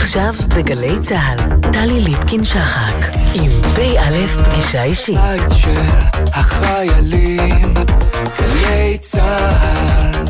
עכשיו בגלי צהל, טלי ליפקין שחק, עם פ"א פגישה אישית. בית של החיילים, גלי צהל.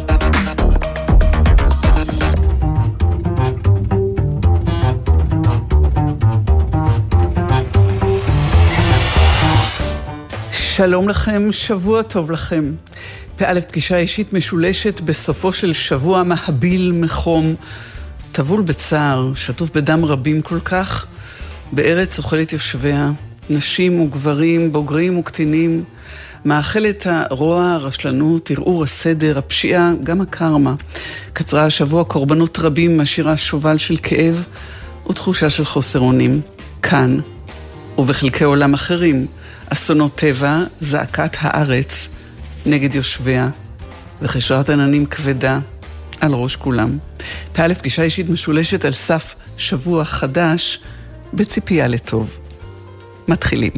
שלום לכם, שבוע טוב לכם. פ"א פגישה אישית משולשת בסופו של שבוע מהביל מחום, טבול בצער, שטוף בדם רבים כל כך, בארץ אוכלת יושביה, נשים וגברים, בוגרים וקטינים, מאכלת הרוע, הרשלנות, ערעור הסדר, הפשיעה, גם הקרמה. קצרה השבוע קורבנות רבים, משאירה שובל של כאב ותחושה של חוסר אונים. כאן, ובחלקי עולם אחרים, אסונות טבע, זעקת הארץ נגד יושביה, וחשרת עננים כבדה על ראש כולם. פ"א פגישה אישית משולשת על סף שבוע חדש בציפייה לטוב. מתחילים.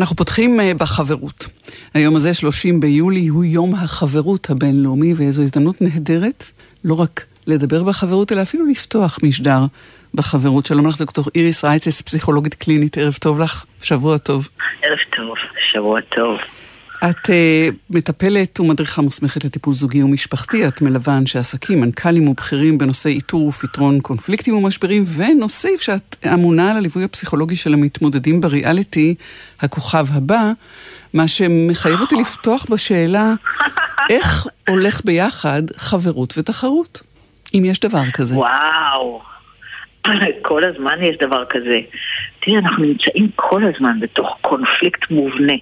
אנחנו פותחים בחברות. היום הזה, 30 ביולי, הוא יום החברות הבינלאומי, ואיזו הזדמנות נהדרת, לא רק לדבר בחברות, אלא אפילו לפתוח משדר בחברות. שלום לך, דוקטור איריס רייצס, פסיכולוגית קלינית, ערב טוב לך, שבוע טוב. ערב טוב, שבוע טוב. את מטפלת ומדריכה מוסמכת לטיפול זוגי ומשפחתי, את מלווה אנשי עסקים, מנכ"לים ובכירים בנושא איתור ופתרון קונפליקטים ומשברים, ונוסיף שאת אמונה על הליווי הפסיכולוגי של המתמודדים בריאליטי, הכוכב הבא, מה שמחייב אותי לפתוח בשאלה, איך הולך ביחד חברות ותחרות, אם יש דבר כזה? וואו, כל הזמן יש דבר כזה. תראי, אנחנו נמצאים כל הזמן בתוך קונפליקט מובנה.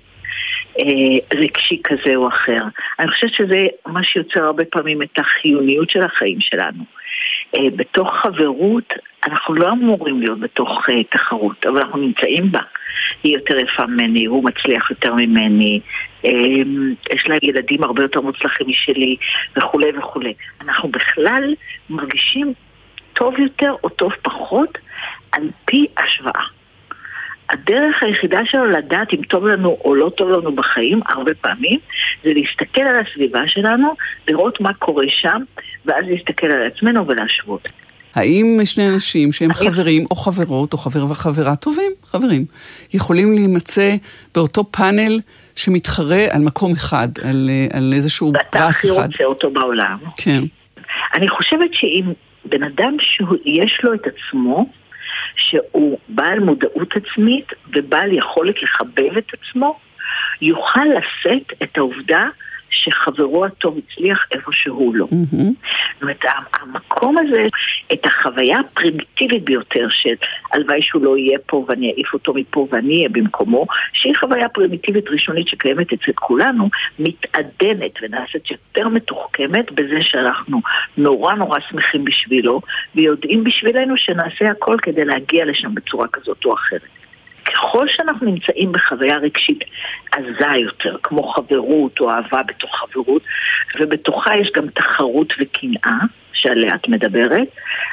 רגשי כזה או אחר. אני חושבת שזה מה שיוצר הרבה פעמים את החיוניות של החיים שלנו. בתוך חברות, אנחנו לא אמורים להיות בתוך תחרות, אבל אנחנו נמצאים בה. היא יותר יפה ממני, הוא מצליח יותר ממני, יש לה ילדים הרבה יותר מוצלחים משלי, וכו' וכו'. אנחנו בכלל מרגישים טוב יותר או טוב פחות על פי השוואה. הדרך היחידה שלו לדעת אם טוב לנו או לא טוב לנו בחיים, הרבה פעמים, זה להסתכל על הסביבה שלנו, לראות מה קורה שם, ואז להסתכל על עצמנו ולהשוות. האם שני אנשים שהם חברים או חברות, או חבר וחברה טובים, חברים, יכולים להימצא באותו פאנל שמתחרה על מקום אחד, על איזשהו פרס אחד? ואתה הכי רוצה אותו בעולם. כן. אני חושבת שאם בן אדם שיש לו את עצמו, שהוא בעל מודעות עצמית ובעל יכולת לחבב את עצמו, יוכל לשאת את העובדה שחברו הטוב הצליח איפה שהוא לא. זאת אומרת, המקום הזה, את החוויה הפרימיטיבית ביותר של הלוואי שהוא לא יהיה פה ואני אעיף אותו מפה ואני אהיה במקומו, שהיא חוויה פרימיטיבית ראשונית שקיימת אצל כולנו, מתעדנת ונעשית יותר מתוחכמת בזה שאנחנו נורא נורא שמחים בשבילו, ויודעים בשבילנו שנעשה הכל כדי להגיע לשם בצורה כזאת או אחרת. ככל שאנחנו נמצאים בחוויה רגשית עזה יותר, כמו חברות או אהבה בתוך חברות, ובתוכה יש גם תחרות וקנאה, שעליה את מדברת,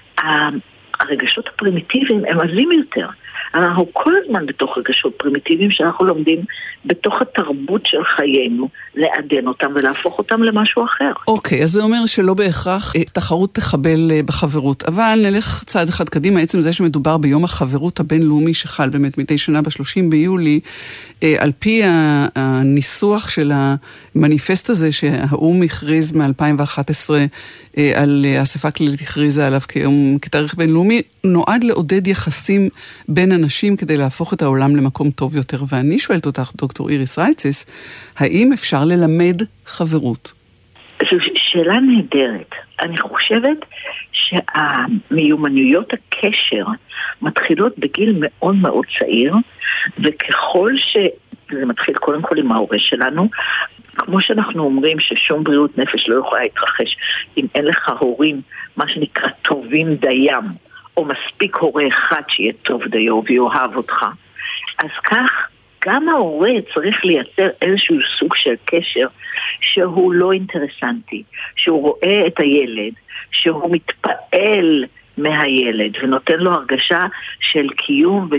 הרגשות הפרימיטיביים הם עזים יותר. אנחנו כל הזמן בתוך רגשות פרימיטיביים שאנחנו לומדים בתוך התרבות של חיינו, לעדן אותם ולהפוך אותם למשהו אחר. אוקיי, אז זה אומר שלא בהכרח תחרות תחבל בחברות, אבל נלך צעד אחד קדימה, עצם זה שמדובר ביום החברות הבינלאומי שחל באמת מדי שנה ב-30 ביולי, על פי הניסוח של המניפסט הזה שהאום הכריז מ-2011 על האספה הכללית הכריזה עליו כתאריך בינלאומי, נועד לעודד יחסים בין אנשים כדי להפוך את העולם למקום טוב יותר. ואני שואלת אותך, דוקטור איריס רייצס, האם אפשר ללמד חברות? זו שאלה נהדרת. אני חושבת שהמיומנויות הקשר מתחילות בגיל מאוד מאוד צעיר, וככל שזה מתחיל קודם כל עם ההורה שלנו, כמו שאנחנו אומרים ששום בריאות נפש לא יכולה להתרחש אם אין לך הורים, מה שנקרא טובים דיים, או מספיק הורה אחד שיהיה טוב דיו ויאהב אותך, אז כך גם ההורה צריך לייצר איזשהו סוג של קשר שהוא לא אינטרסנטי, שהוא רואה את הילד, שהוא מתפעל מהילד ונותן לו הרגשה של קיום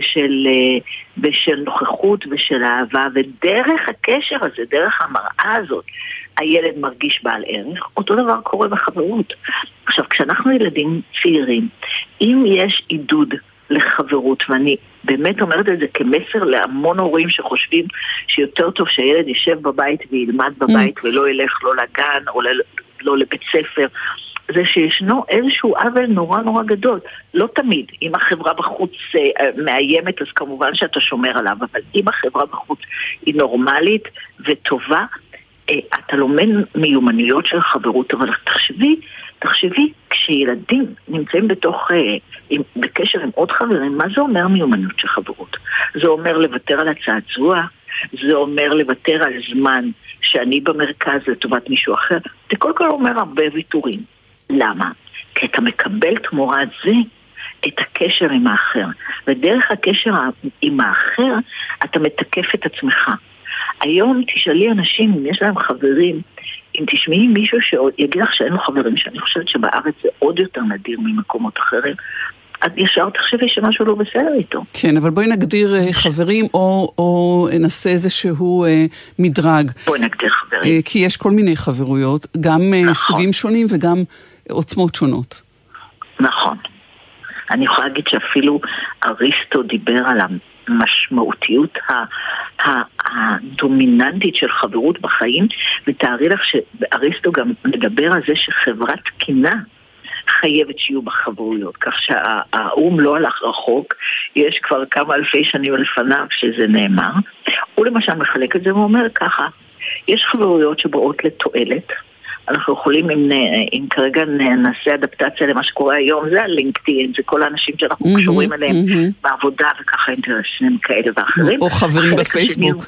ושל נוכחות ושל אהבה, ודרך הקשר הזה, דרך המראה הזאת, הילד מרגיש בעל ערך. אותו דבר קורה בחברות. עכשיו, כשאנחנו ילדים צעירים, אם יש עידוד לחברות, ואני באמת אומרת את זה כמסר להמון הורים שחושבים שיותר טוב שהילד יישב בבית וילמד בבית ולא ילך לא לגן או לא לבית ספר, זה שישנו איזשהו עוול נורא נורא גדול. לא תמיד, אם החברה בחוץ מאיימת, אז כמובן שאתה שומר עליו, אבל אם החברה בחוץ היא נורמלית וטובה, אתה לומד מיומנויות של חברות. אבל תחשבי, כשילדים נמצאים בקשר עם עוד חברים, מה זה אומר מיומנות של חברות? זה אומר לוותר על הצעצוע, זה אומר לוותר על זמן שאני במרכז לטובת מישהו אחר. זה כל כך אומר הרבה ויתורים. למה? כי אתה מקבל תמורת זה את הקשר עם האחר, ודרך הקשר עם האחר אתה מתקף את עצמך. היום תשאלי אנשים אם יש להם חברים, אם תשמעי מישהו שיגיד לך שאין לו חברים, שאני חושבת שבארץ זה עוד יותר נדיר ממקומות אחרים, את ישר תחשבי שמשהו לא בסדר איתו. כן, אבל בואי נגדיר חברים, או נעשה איזשהו מדרג. בואי נגדיר חברים. כי יש כל מיני חברויות, גם סוגים שונים וגם עוצמות שונות. נכון. אני יכולה להגיד שאפילו אריסטו דיבר על המשמעותיות הדומיננטית של חברות בחיים, ותארי לך שאריסטו גם מדבר על זה שחברה תקינה חייבת שיהיו בחברויות, כך שהאום לא הלך רחוק, יש כבר כמה אלפי שנים לפניו שזה נאמר. הוא למשל מחלק את זה ואומר ככה, יש חברויות שבאות לתועלת, אנחנו יכולים, אם כרגע נעשה אדפטציה למה שקורה היום, זה הלינקדאין, זה כל האנשים שאנחנו קשורים אליהם בעבודה וככה אינטרסים כאלה ואחרים. או חברים בפייסבוק.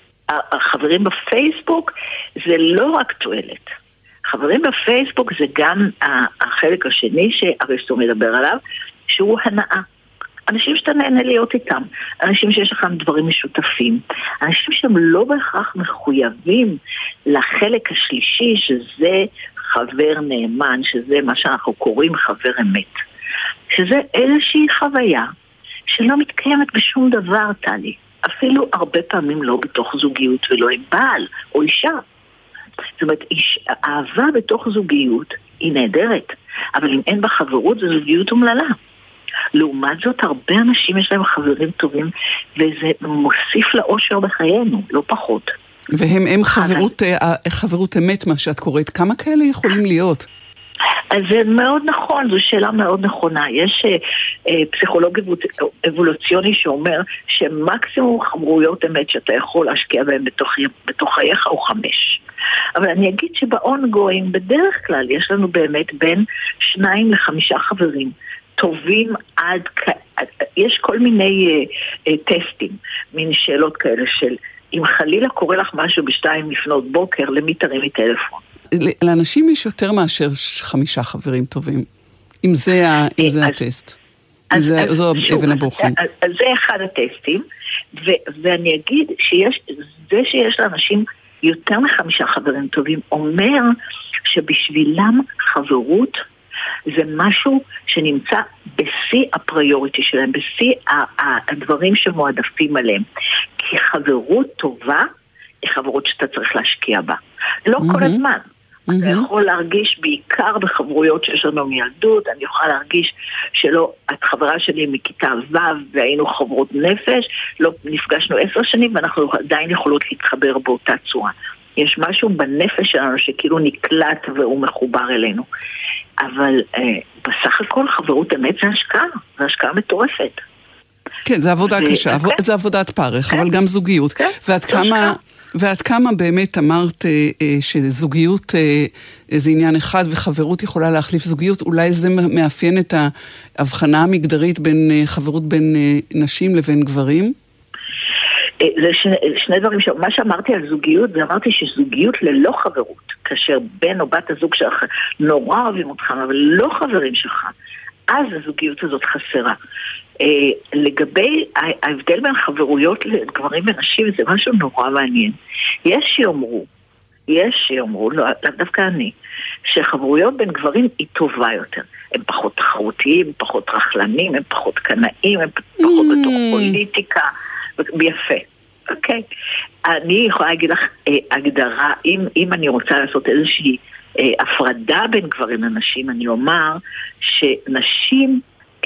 החברים בפייסבוק זה לא רק תועלת. חברים בפייסבוק זה גם החלק השני שאריסטו מדבר עליו, שהוא הנאה. אנשים שאתה נהנה להיות איתם, אנשים שיש לכם דברים משותפים, אנשים שהם לא בהכרח מחויבים לחלק השלישי, שזה חבר נאמן, שזה מה שאנחנו קוראים חבר אמת. שזה איזושהי חוויה שלא מתקיימת בשום דבר, טלי. אפילו הרבה פעמים לא בתוך זוגיות ולא עם בעל או אישה. זאת אומרת, אהבה בתוך זוגיות היא נהדרת, אבל אם אין בה חברות, זו זוגיות אומללה. לעומת זאת, הרבה אנשים יש להם חברים טובים, וזה מוסיף לאושר בחיינו, לא פחות. והם חברות אמת, מה שאת קוראת. כמה כאלה יכולים להיות? אז זה מאוד נכון, זו שאלה מאוד נכונה. יש פסיכולוג אבולוציוני שאומר שמקסימום חברויות אמת שאתה יכול להשקיע בהם בתוך חייך הוא 5. אבל אני אגיד שבאונגוינג בדרך כלל יש לנו באמת בין 2 ל5 חברים טובים עד, יש כל מיני טסטים, מין שאלות כאלה של אם חלילה קורה לך משהו 2 לפנות בוקר, למי תרימי טלפון? לאנשים יש יותר מאשר 5 חברים טובים, אם זה הטסט. זו אבן הבוחן. אז זה אחד הטסטים, ואני אגיד זה שיש לאנשים יותר מ5 חברים טובים, אומר שבשבילם חברות זה משהו שנמצא בשיא הפריוריטי שלהם, בשיא הדברים שמועדפים עליהם. כי חברות טובה היא חברות שאתה צריך להשקיע בה. לא כל הזמן. אתה יכול להרגיש בעיקר בחברויות שיש לנו מילדות, אני יכולה להרגיש שלא, את חברה שלי מכיתה ו' והיינו חברות נפש, לא נפגשנו 10 שנים ואנחנו עדיין יכולות להתחבר באותה צורה. יש משהו בנפש שלנו שכאילו נקלט והוא מחובר אלינו. אבל בסך הכל חברות אמת זה השקעה, זה השקעה מטורפת. כן, זה עבודה קשה, זה עבודת פרך, אבל גם זוגיות. ועד כמה באמת אמרת שזוגיות זה עניין אחד וחברות יכולה להחליף זוגיות, אולי זה מאפיין את ההבחנה המגדרית בין חברות בין נשים לבין גברים? זה שני דברים, מה שאמרתי על זוגיות, זה אמרתי שזוגיות ללא חברות, כאשר בן או בת הזוג שלך נורא אוהבים אותך, אבל לא חברים שלך, אז הזוגיות הזאת חסרה. לגבי ההבדל בין חברויות לגברים ונשים, זה משהו נורא מעניין. יש שיאמרו, לא דווקא אני, שחברויות בין גברים היא טובה יותר. הם פחות תחרותיים, הם פחות רחלנים, הם פחות קנאים, הם פחות בתוך פוליטיקה, ביפה. אוקיי. אני יכולה להגיד לך הגדרה, אם אני רוצה לעשות איזושהי הפרדה בין גברים לנשים, אני אומר שנשים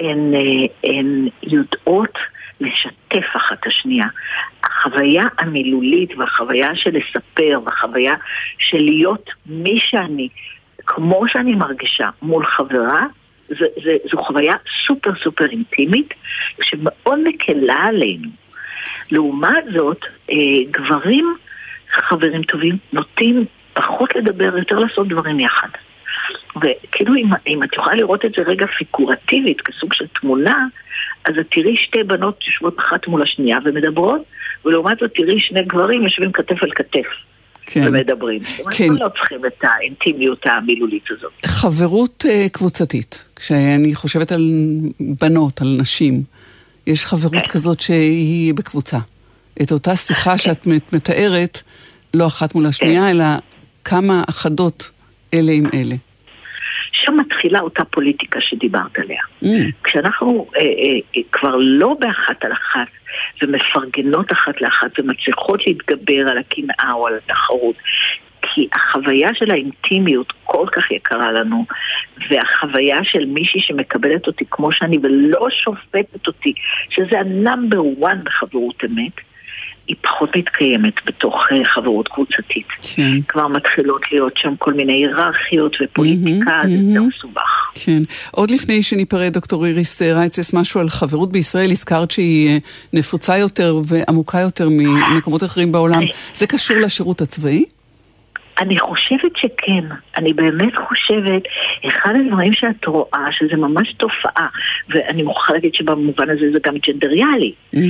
הן יודעות לשתף אחת השנייה. החוויה המילולית והחוויה של לספר והחוויה של להיות מי שאני, כמו שאני מרגישה מול חברה, זו חוויה סופר סופר אינטימית שמאוד מקלה עלינו. לעומת זאת, גברים חברים טובים נוטים פחות לדבר, יותר לעשות דברים יחד. וכאילו אם את יכולה לראות את זה רגע פיקורטיבית כסוג של תמונה, אז את תראי 2 בנות יושבות אחת מול השנייה ומדברות, ולעומת זאת תראי 2 גברים יושבים כתף על כתף ומדברים. כן. לא צריכים את האינטימיות המילולית הזאת. חברות קבוצתית, כשאני חושבת על בנות, על נשים, יש חברות כזאת שהיא בקבוצה. את אותה שיחה שאת מתארת, לא אחת מול השנייה, אלא כמה אחדות אלה עם אלה. שם מתחילה אותה פוליטיקה שדיברת עליה. כשאנחנו כבר לא באחת על אחת, ומפרגנות אחת לאחת, ומצליחות להתגבר על הקנאה או על התחרות, כי החוויה של האינטימיות כל כך יקרה לנו, והחוויה של מישהי שמקבלת אותי כמו שאני ולא שופטת אותי, שזה הנאמבר 1 בחברות אמת, היא פחות מתקיימת בתוך חברות קבוצתית. כן. כבר מתחילות להיות שם כל מיני היררכיות ופוליטיקה, זה יותר מסובך. כן. עוד לפני שניפרד, דוקטור איריס רייצס, משהו על חברות בישראל, הזכרת שהיא נפוצה יותר ועמוקה יותר ממקומות אחרים בעולם. זה קשור לשירות הצבאי? אני חושבת שכן, אני באמת חושבת, אחד הדברים שאת רואה, שזה ממש תופעה, ואני מוכרחה להגיד שבמובן הזה זה גם ג'נדריאלי,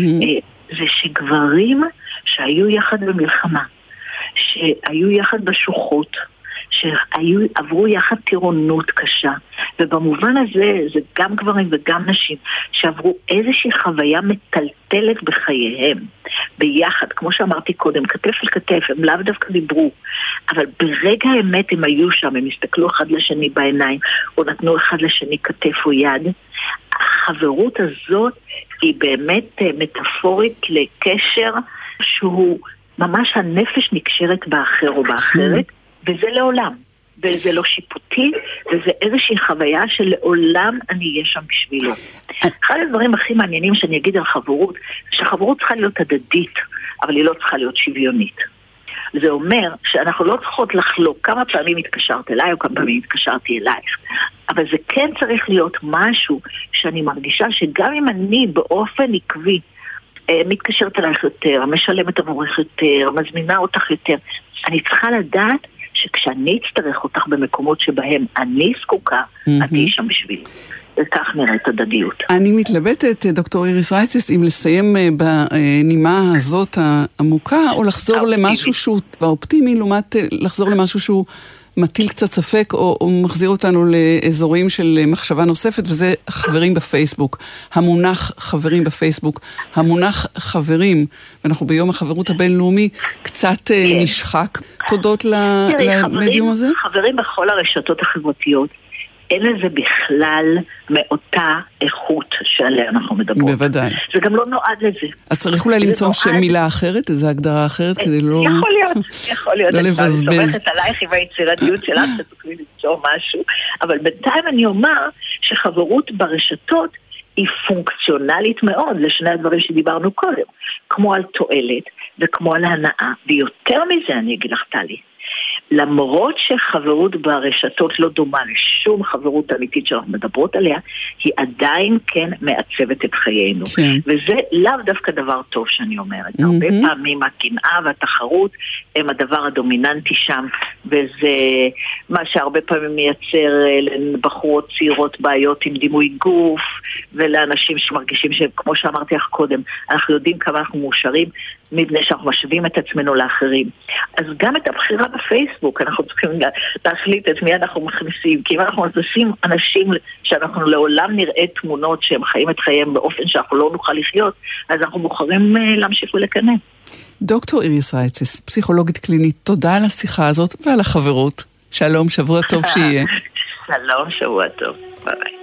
זה שגברים שהיו יחד במלחמה, שהיו יחד בשוחות, שעברו יחד טירונות קשה, ובמובן הזה זה גם גברים וגם נשים שעברו איזושהי חוויה מטלטלת בחייהם ביחד, כמו שאמרתי קודם, כתף אל כתף, הם לאו דווקא דיברו, אבל ברגע האמת הם היו שם, הם הסתכלו אחד לשני בעיניים או נתנו אחד לשני כתף או יד. החברות הזאת היא באמת מטאפורית לקשר שהוא ממש הנפש נקשרת באחר או באחרת, וזה לעולם, וזה לא שיפוטי, וזה איזושהי חוויה שלעולם אני אהיה שם בשבילו. אחד הדברים הכי מעניינים שאני אגיד על חברות, שחברות צריכה להיות הדדית, אבל היא לא צריכה להיות שוויונית. זה אומר שאנחנו לא צריכות לחלוק כמה פעמים התקשרת אליי או כמה פעמים התקשרתי אלייך, אבל זה כן צריך להיות משהו שאני מרגישה שגם אם אני באופן עקבי מתקשרת אלייך יותר, משלמת עבורך יותר, מזמינה אותך יותר, אני צריכה לדעת שכשאני אצטרך אותך במקומות שבהם אני זקוקה, את תהיי שם בשביל. וכך נראית הדדיות. אני מתלבטת, דוקטור איריס רייצס, אם לסיים בנימה הזאת העמוקה, או לחזור למשהו שהוא אופטימי, לעומת לחזור למשהו שהוא מטיל קצת ספק, או מחזיר אותנו לאזורים של מחשבה נוספת, וזה חברים בפייסבוק. המונח חברים בפייסבוק, המונח חברים, ואנחנו ביום החברות הבינלאומי, קצת נשחק. תודות למדיום הזה? חברים בכל הרשתות החברתיות, אין לזה בכלל מאותה איכות שעליה אנחנו מדברים. בוודאי. זה גם לא נועד לזה. אז צריך אולי למצוא מילה אחרת, איזו הגדרה אחרת, כדי לא... יכול להיות. לא לבזבז. אני סומכת עלייך עם היצירתיות שלך, שתוכלי למצוא משהו, אבל בינתיים אני אומר שחברות ברשתות היא פונקציונלית מאוד לשני הדברים שדיברנו קודם, כמו על תועלת וכמו על הנאה, ויותר מזה אני אגיד לך טלי, למרות שחברות ברשתות לא דומה לשום חברות אמיתית שאנחנו מדברות עליה, היא עדיין כן מעצבת את חיינו. כן. וזה לאו דווקא דבר טוב שאני אומרת. הרבה פעמים הקנאה והתחרות הם הדבר הדומיננטי שם, וזה מה שהרבה פעמים מייצר לבחורות צעירות בעיות עם דימוי גוף, ולאנשים שמרגישים שכמו שאמרתי לך קודם, אנחנו יודעים כמה אנחנו מאושרים, מבנה שאנחנו משווים את עצמנו לאחרים. אז גם את הבחירה בפייסבוק, אנחנו צריכים להחליט את מי אנחנו מכניסים, כי אם אנחנו מכניסים אנשים שאנחנו לעולם נראה תמונות שהם חיים את חייהם באופן שאנחנו לא נוכל לחיות, אז אנחנו בוחרים להמשיך ולקנא. דוקטור איריס רייצס, פסיכולוגית קלינית, תודה על השיחה הזאת ועל החברות. שלום, שבוע טוב שיהיה. שלום, שבוע טוב. ביי ביי.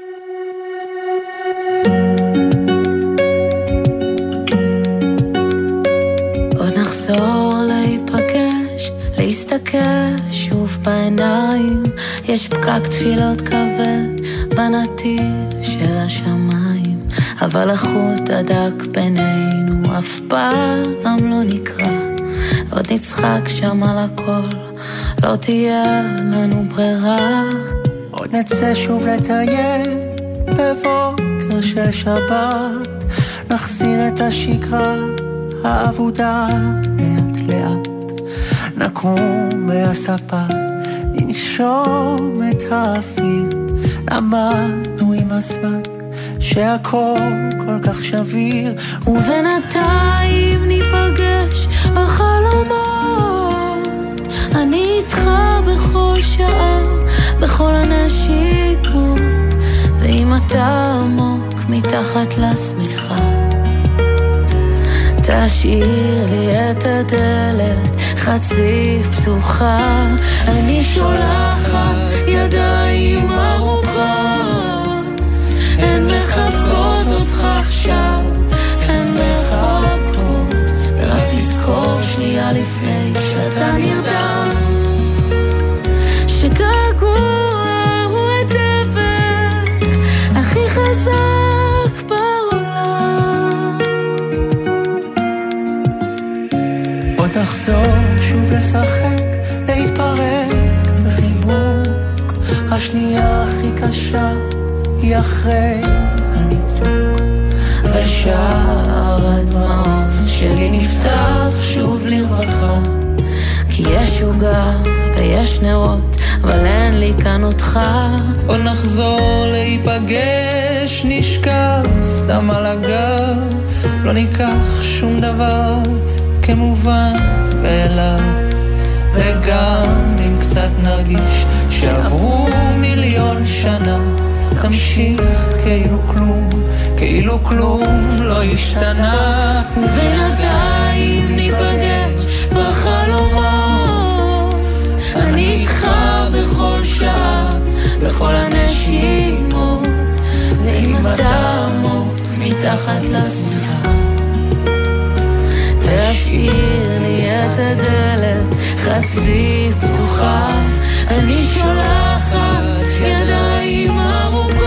נחזור להיפגש, להסתכל שוב בעיניים, יש פקק תפילות כבד בנתיב של השמיים, אבל החוט הדק בינינו אף פעם לא נקרא, עוד נצחק שם על הכל, לא תהיה לנו ברירה, עוד נצא שוב לטייל בבוקר של שבת, נחזיר את השגרה העבודה לאט לאט, נקום מהספה, ננשום את האוויר, למדנו עם הזמן שהכל כל כך שביר, ובינתיים ניפגש בחלומות, אני איתך בכל שעה, בכל הנשימות, ואם אתה עמוק מתחת לשמיכה, תשאיר לי את הדלת חצי פתוחה, אני שולחת ידיים ארוכות, הן מחבקות אותך עכשיו, הן מחבקות, ורק תזכור שנייה לפני שאתה נרדם, שגעגוע הוא הדבק הכי חזק בעולם. עוד נחזור שוב לשחק, להתפרק בחיבוק, השנייה הכי קשה היא אחרי הניתוק, ושער הדמעות שלי נפתח שוב לרווחה, כי יש עוגה ויש נרות, אבל אין לי כאן אותך. עוד נחזור להיפגש, נשכב סתם על הגב, לא ניקח שום דבר כמובן מאליו, וגם אם קצת נרגיש שעברו מיליון שנה, נמשיך כאילו כלום לא השתנה, ובינתיים ניפגש בחלומות, אני איתך בכל שעה, בכל הנשימות, ואם אתה עמוק מתחת לשמיכה, תשאיר לי את הדלת חצי פתוחה, אני שולחת ידיים ארוכות,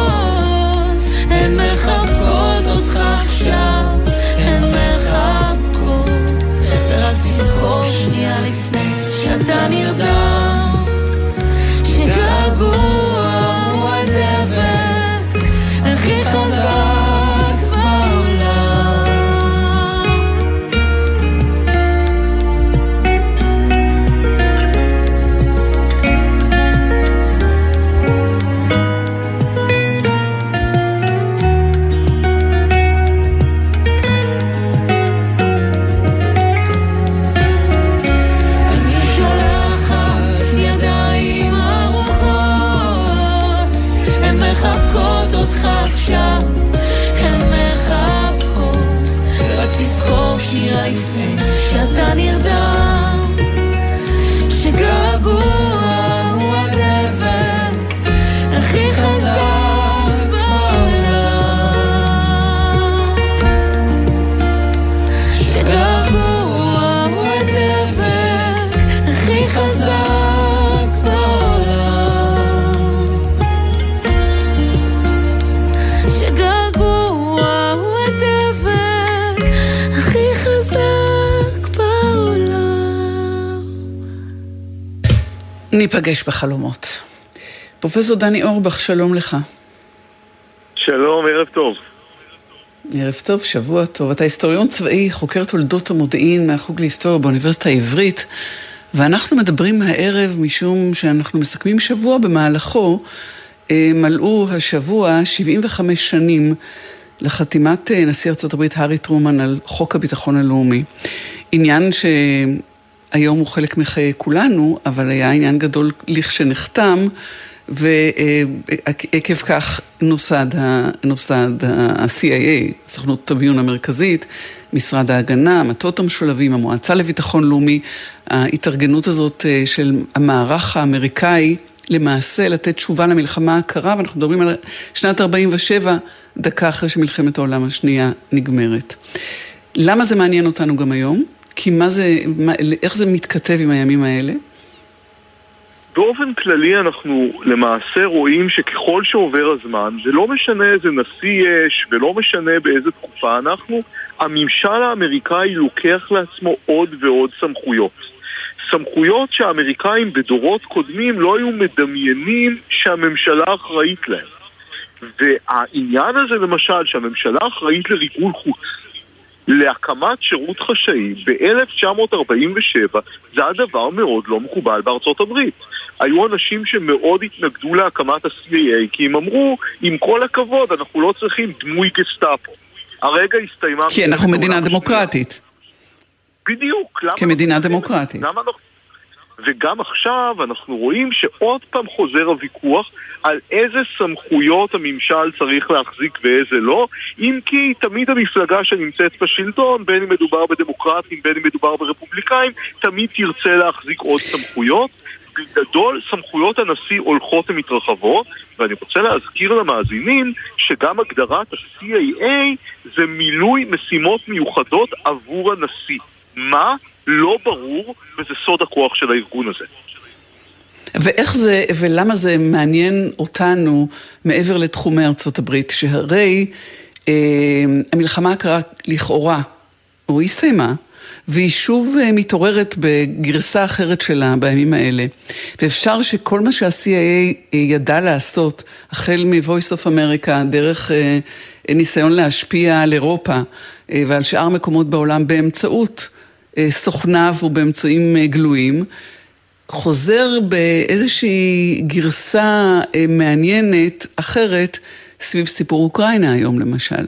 הן מחבקות אותך עכשיו, הן מחבקות, ורק תזכור שנייה לפני שאתה נרדם, שגעגוע הוא הדבק הכי חזק בעולם. מחבקות אותך עכשיו, הן מחבקות, ורק תזכור שנייה לפני שאתה נרדם, שגעגוע הוא הדבק הכי חזק בעולם, שגעגוע הוא הדבק הכי חזק. ניפגש בחלומות. פרופסור דני אורבך, שלום לך. שלום, ערב טוב. ערב טוב, שבוע טוב. אתה היסטוריון צבאי, חוקר תולדות המודיעין מהחוג להיסטוריה באוניברסיטה העברית, ואנחנו מדברים הערב משום שאנחנו מסכמים שבוע במהלכו, מלאו השבוע 75 שנים לחתימת נשיא ארצות הברית הארי טרומן על חוק הביטחון הלאומי. עניין ש... היום הוא חלק מחיי כולנו, אבל היה עניין גדול לכשנחתם, ועקב כך נוסד ה-CIA, סוכנות הביון המרכזית, משרד ההגנה, המטות המשולבים, המועצה לביטחון לאומי, ההתארגנות הזאת של המערך האמריקאי, למעשה לתת תשובה למלחמה הקרה, ואנחנו מדברים על שנת 47, דקה אחרי שמלחמת העולם השנייה נגמרת. למה זה מעניין אותנו גם היום? כי איך זה מתכתב עם הימים האלה? באופן כללי אנחנו למעשה רואים שככל שעובר הזמן, זה לא משנה איזה נשיא יש ולא משנה באיזה תקופה, הממשל האמריקאי לוקח לעצמו עוד ועוד סמכויות. סמכויות שהאמריקאים בדורות קודמים לא היו מדמיינים שהממשלה אחראית להם. והעניין הזה למשל שהממשלה אחראית לריגול חוץ, להקמת שירות חשאי ב-1947, זה הדבר מאוד לא מקובל בארצות הברית. היו אנשים שמאוד התנגדו להקמת ה-CIA, כי הם אמרו, עם כל הכבוד, אנחנו לא צריכים דמוי גסטאפו. הרגע הסתיימה... כי אנחנו מדינה דמוקרטית. בדיוק. כמדינה דמוקרטית. וגם עכשיו אנחנו רואים שעוד פעם חוזר הוויכוח על איזה סמכויות הממשל צריך להחזיק ואיזה לא, אם כי תמיד המפלגה שנמצאת בשלטון, בין אם מדובר בדמוקרטים, בין אם מדובר ברפובליקאים, תמיד תרצה להחזיק עוד סמכויות. בגדול, סמכויות הנשיא הולכות ומתרחבות, ואני רוצה להזכיר למאזינים שגם הגדרת ה-CAA זה מילוי משימות מיוחדות עבור הנשיא. מה? לא ברור, וזה סוד הכוח של הארגון הזה. ואיך זה, ולמה זה מעניין אותנו מעבר לתחומי ארצות הברית, שהרי המלחמה הקרה לכאורה, או הסתיימה, והיא שוב מתעוררת בגרסה אחרת שלה בימים האלה. ואפשר שכל מה שה-CIA ידע לעשות, החל מ-Voice of America, דרך ניסיון להשפיע על אירופה ועל שאר מקומות בעולם באמצעות סוכניו ובאמצעים גלויים, חוזר באיזושהי גרסה מעניינת אחרת סביב סיפור אוקראינה היום למשל.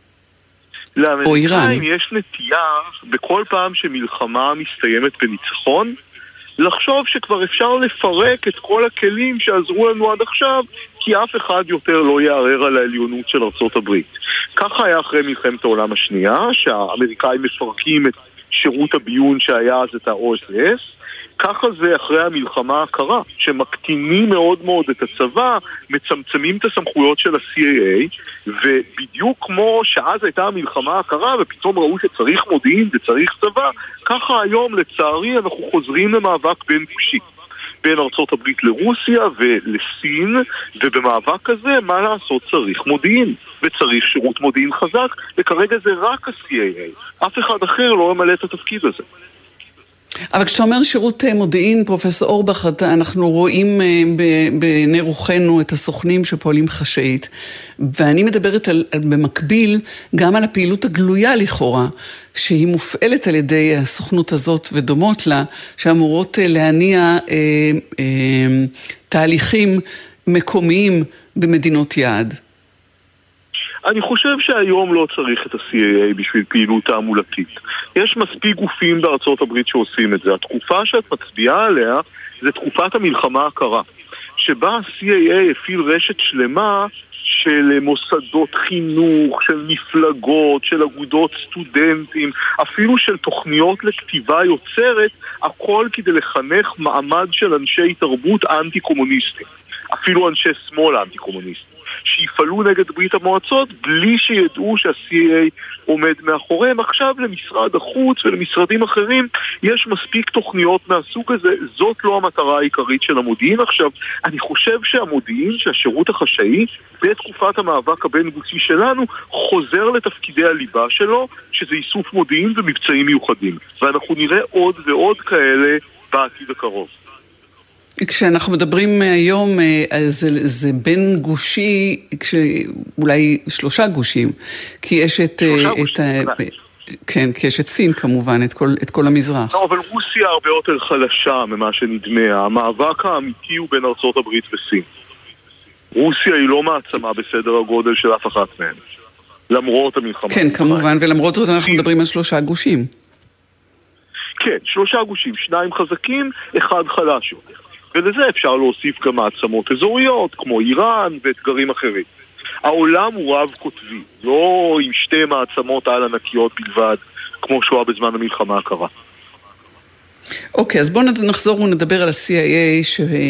לאמריקאים יש נטייה בכל פעם שמלחמה מסתיימת בניצחון לחשוב שכבר אפשר לפרק את כל הכלים שעזרו לנו עד עכשיו, כי אף אחד יותר לא יערער על העליונות של ארצות הברית. ככה היה אחרי מלחמת העולם השנייה, שהאמריקאים מפרקים את שירות הביון שהיה אז את ה-OSS. ככה זה אחרי המלחמה הקרה, שמקטינים מאוד מאוד את הצבא, מצמצמים את הסמכויות של ה-CAA, ובדיוק כמו שאז הייתה המלחמה הקרה, ופתאום ראו שצריך מודיעין וצריך צבא, ככה היום לצערי אנחנו חוזרים למאבק בין גושי, בין ארצות הברית לרוסיה ולסין, ובמאבק הזה, מה לעשות, צריך מודיעין, וצריך שירות מודיעין חזק, וכרגע זה רק ה-CAA, אף אחד אחר לא ימלא את התפקיד הזה. אבל כשאתה אומר שירות מודיעין, פרופסור אורבך, אנחנו רואים בעיני רוחנו את הסוכנים שפועלים חשאית, ואני מדברת במקביל גם על הפעילות הגלויה לכאורה, שהיא מופעלת על ידי הסוכנות הזאת ודומות לה, שאמורות להניע תהליכים מקומיים במדינות יעד. אני חושב שהיום לא צריך את ה-CAA בשביל פעילות תעמולתית. יש מספיק גופים בארצות הברית שעושים את זה. התקופה שאת מצביעה עליה זה תקופת המלחמה הקרה, שבה ה-CAA הפעיל רשת שלמה של מוסדות חינוך, של מפלגות, של אגודות סטודנטים, אפילו של תוכניות לכתיבה יוצרת, הכל כדי לחנך מעמד של אנשי תרבות אנטי-קומוניסטים, אפילו אנשי שמאל אנטי-קומוניסטים, שיפעלו נגד ברית המועצות בלי שידעו שה-CAA עומד מאחוריהם. עכשיו למשרד החוץ ולמשרדים אחרים יש מספיק תוכניות מהסוג הזה, זאת לא המטרה העיקרית של המודיעין. עכשיו, אני חושב שהמודיעין, שהשירות החשאי בתקופת המאבק הבין-גושי שלנו, חוזר לתפקידי הליבה שלו, שזה איסוף מודיעין ומבצעים מיוחדים, ואנחנו נראה עוד ועוד כאלה בעתיד הקרוב. כשאנחנו מדברים היום, אז זה בין גושי, אולי 3 גושים, כי יש כן, כי יש את סין כמובן, את כל המזרח. לא, אבל רוסיה הרבה יותר חלשה ממה שנדמה. המאבק האמיתי הוא בין ארצות הברית וסין. רוסיה היא לא מעצמה בסדר הגודל של אף אחת מהן, למרות המלחמה. כן, כמובן, ולמרות זאת אנחנו מדברים על 3 גושים. כן, 3 גושים, 2 חזקים, 1 חלש יותר. ולזה אפשר להוסיף גם מעצמות אזוריות, כמו איראן ואתגרים אחרים. העולם הוא רב קוטבי, לא עם 2 מעצמות על ענקיות בלבד, כמו שהוא בזמן המלחמה הקרה. אוקיי, אז בואו נחזור ונדבר על ה-CIA,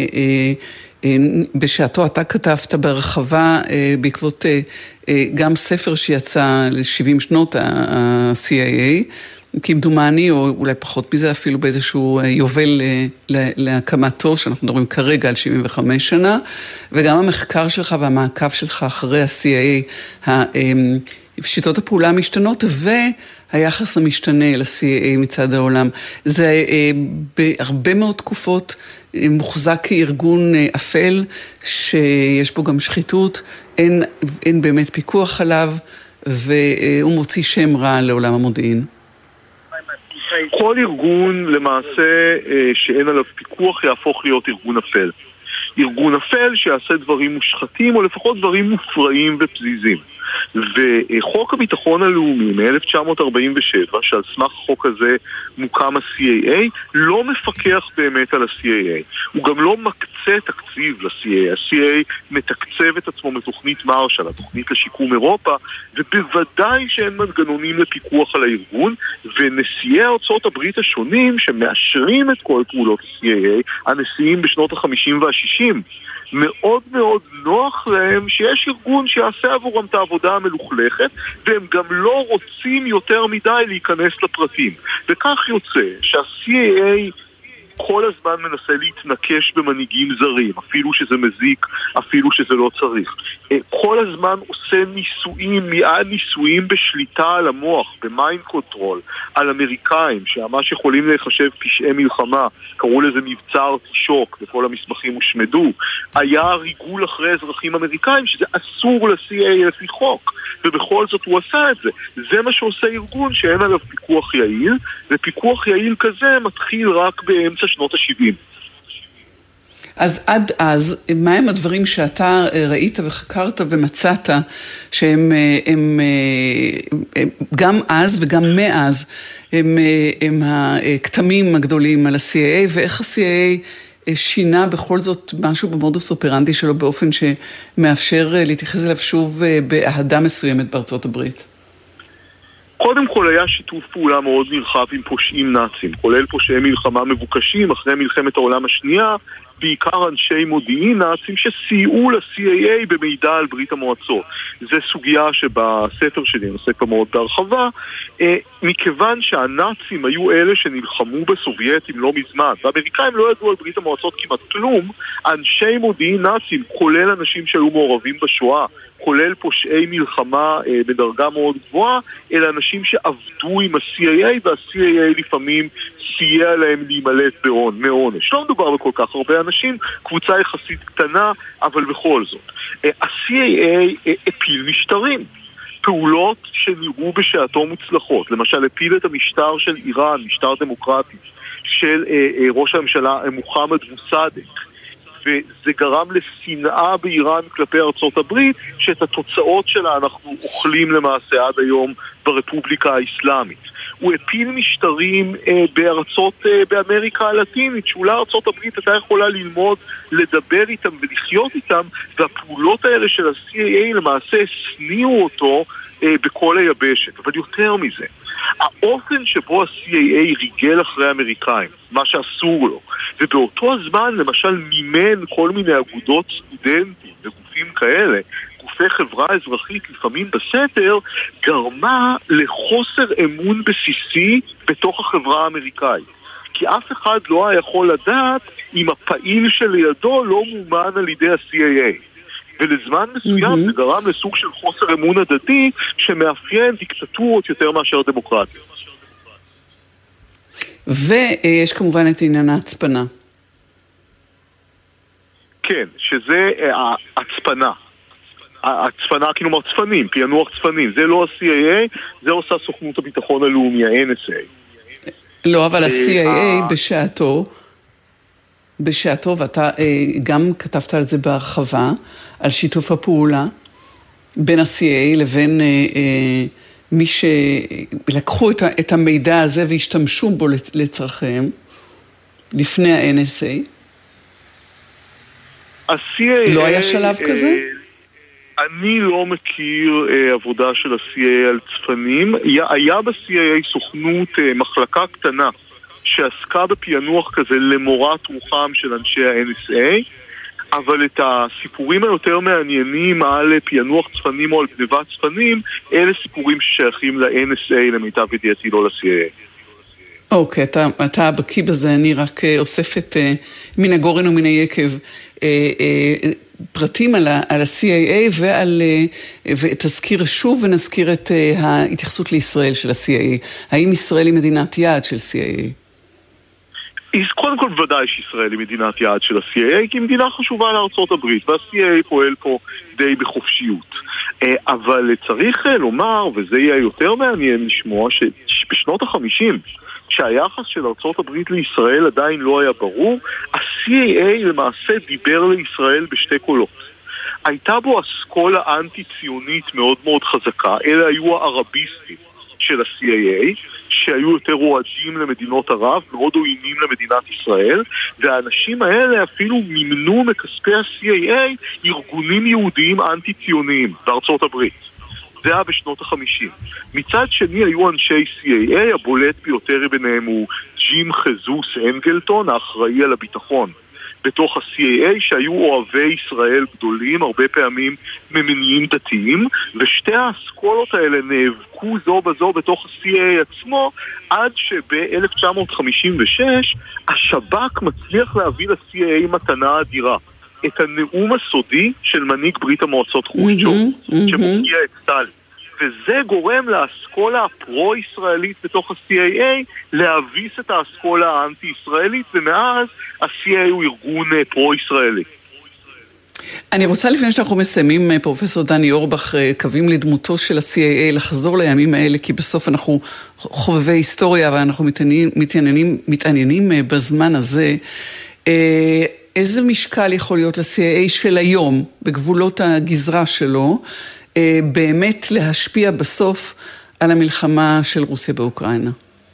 שבשעתו אתה כתבת בהרחבה בעקבות גם ספר שיצא ל-70 שנות ה-CIA, כמדומני, או אולי פחות מזה, אפילו באיזשהו יובל להקמתו, שאנחנו מדברים כרגע על 75 שנה, וגם המחקר שלך והמעקב שלך אחרי ה-CIA, שיטות הפעולה המשתנות, והיחס המשתנה ל-CIA מצד העולם. זה בהרבה מאוד תקופות מוחזק כארגון אפל, שיש בו גם שחיתות, אין באמת פיקוח עליו, והוא מוציא שם רע לעולם המודיעין. כל ארגון למעשה שאין עליו פיקוח יהפוך להיות ארגון אפל. ארגון אפל שיעשה דברים מושחתים או לפחות דברים מופרעים ופזיזים. וחוק הביטחון הלאומי מ-1947, שעל סמך החוק הזה מוקם ה-CAA, לא מפקח באמת על ה-CAA. הוא גם לא מקצה תקציב ל-CAA. ה-CAA מתקצב את עצמו מתוכנית מרשל, התוכנית לשיקום אירופה, ובוודאי שאין מנגנונים לפיקוח על הארגון, ונשיאי ארצות הברית השונים שמאשרים את כל פעולות ה-CAA, הנשיאים בשנות ה-50 וה-60, מאוד מאוד נוח להם שיש ארגון שיעשה עבורם את העבודה המלוכלכת, והם גם לא רוצים יותר מדי להיכנס לפרטים. וכך יוצא שה-CAA כל הזמן מנסה להתנקש במנהיגים זרים, אפילו שזה מזיק, אפילו שזה לא צריך. כל הזמן עושה ניסויים בשליטה על המוח, במיינד קונטרול, על אמריקאים, שממש יכולים להיחשב פשעי מלחמה, קראו לזה מבצע ארטישוק, וכל המסמכים הושמדו. היה ריגול אחרי אזרחים אמריקאים, שזה אסור ל-CAA לפי חוק, ובכל זאת הוא עשה את זה. זה מה שעושה ארגון שאין עליו פיקוח יעיל, ופיקוח יעיל כזה מתחיל רק באמצע שנות ה-70. אז עד אז, מה הם הדברים שאתה ראית וחקרת ומצאת, שהם גם אז וגם מאז, הם הכתמים הגדולים על ה-CAA, ואיך ה-CAA שינה בכל זאת משהו במודוס אופרנדי שלו, באופן שמאפשר להתייחס אליו שוב באהדה מסוימת בארצות הברית? קודם כל היה שיתוף פעולה מאוד נרחב עם פושעים נאצים, כולל פושעי מלחמה מבוקשים אחרי מלחמת העולם השנייה, בעיקר אנשי מודיעין נאצים שסייעו ל-CAA במידע על ברית המועצות. זו סוגיה שבספר שלי נעסק בה מאוד בהרחבה, מכיוון שהנאצים היו אלה שנלחמו בסובייטים לא מזמן, והאמריקאים לא ידעו על ברית המועצות כמעט כלום, אנשי מודיעין נאצים, כולל אנשים שהיו מעורבים בשואה, כולל פושעי מלחמה בדרגה מאוד גבוהה, אלה אנשים שעבדו עם ה-CAA, וה-CAA לפעמים סייע להם להימלט מעונש. לא מדובר בכל כך הרבה אנשים, קבוצה יחסית קטנה, אבל בכל זאת. ה-CAA הפיל משטרים. פעולות שנראו בשעתו מוצלחות. למשל, הפיל את המשטר של איראן, משטר דמוקרטי, של ראש הממשלה מוחמד מוסדק. וזה גרם לשנאה באיראן כלפי ארצות הברית, שאת התוצאות שלה אנחנו אוכלים למעשה עד היום ברפובליקה האסלאמית. הוא הפיל משטרים באמריקה הלטינית, שאולי ארצות הברית הייתה יכולה ללמוד, לדבר איתם ולחיות איתם, והפעולות האלה של ה-CAA למעשה הסניעו אותו בכל היבשת. אבל יותר מזה, האופן שבו ה-CAA ריגל אחרי האמריקאים, מה שאסור לו, ובאותו הזמן למשל מימן כל מיני אגודות סטודנטים וגופים כאלה, גופי חברה אזרחית לפעמים בסתר, גרמה לחוסר אמון בסיסי בתוך החברה האמריקאית. כי אף אחד לא היה יכול לדעת אם הפעיל שלידו לא מומן על ידי ה-CAA. ולזמן מסוים זה גרם לסוג של חוסר אמון הדדי שמאפיין דיקטטורות יותר מאשר דמוקרטיות. ויש כמובן את עניין ההצפנה. כן, שזה ההצפנה. הצפנה, כלומר צפנים, פענוח צפנים. זה לא ה-CAA, זה עושה סוכנות הביטחון הלאומי, ה-NSA. לא, אבל ה-CAA בשעתו, ואתה גם כתבת על זה בהרחבה, על שיתוף הפעולה בין ה-CAA לבין מי שלקחו את המידע הזה והשתמשו בו לצרכיהם, לפני ה-NSA. לא היה שלב כזה? אני לא מכיר עבודה של ה-CAA על צפנים. היה ב-CAA סוכנות מחלקה קטנה שעסקה בפענוח כזה למורת רוחם של אנשי ה-NSA, אבל את הסיפורים היותר מעניינים על פענוח צפנים או על גנבת צפנים, אלה סיפורים ששייכים ל-NSA, למיטב ידיעתי, לא ל-CAA. אוקיי, אתה בקיא בזה, אני רק אוספת מן הגורן ומן היקב פרטים על ה-CAA ותזכיר שוב ונזכיר את ההתייחסות לישראל של ה-CAA. האם ישראל היא מדינת יעד של CAA? קודם כל בוודאי שישראל היא מדינת יעד של ה-CAA, כי היא מדינה חשובה לארצות הברית, וה-CAA פועל פה די בחופשיות. אבל צריך לומר, וזה יהיה יותר מעניין לשמוע, שבשנות ה-50, שהיחס של ארצות הברית לישראל עדיין לא היה ברור, ה-CAA למעשה דיבר לישראל בשתי קולות. הייתה בו אסכולה אנטי-ציונית מאוד מאוד חזקה. אלה היו הערביסטים של ה-CIA, שהיו יותר רועדים למדינות ערב, מאוד עוינים למדינת ישראל, והאנשים האלה אפילו מימנו מכספי ה-CIA ארגונים יהודיים אנטי-ציוניים בארצות הברית. זה היה בשנות ה-50. מצד שני היו אנשי CIA, הבולט ביותר ביניהם הוא ג'ים חזוס אנגלטון, האחראי על הביטחון בתוך ה-CIA, שהיו אוהבי ישראל גדולים, הרבה פעמים ממניעים דתיים, ושתי האסכולות האלה נאבקו זו בזו בתוך ה-CIA עצמו, עד שב-1956 השב"כ מצליח להביא ל-CIA מתנה אדירה. את הנאום הסודי של מנהיג ברית המועצות חרושצ'וב, שמוקיע את סטלין. וזה גורם לאסכולה הפרו-ישראלית בתוך ה-CIA להביס את האסכולה האנטי-ישראלית, ומאז ה-CIA הוא ארגון פרו-ישראלי. אני רוצה לפני שאנחנו מסיימים, פרופסור דני אורבך, קווים לדמותו של ה-CIA, לחזור לימים האלה, כי בסוף אנחנו חובבי היסטוריה, ואנחנו מתעניינים בזמן הזה. איזה משקל יכול להיות ל-CIA של היום, בגבולות הגזרה שלו, באמת להשפיע בסוף על המלחמה של רוסיה באוקראינה?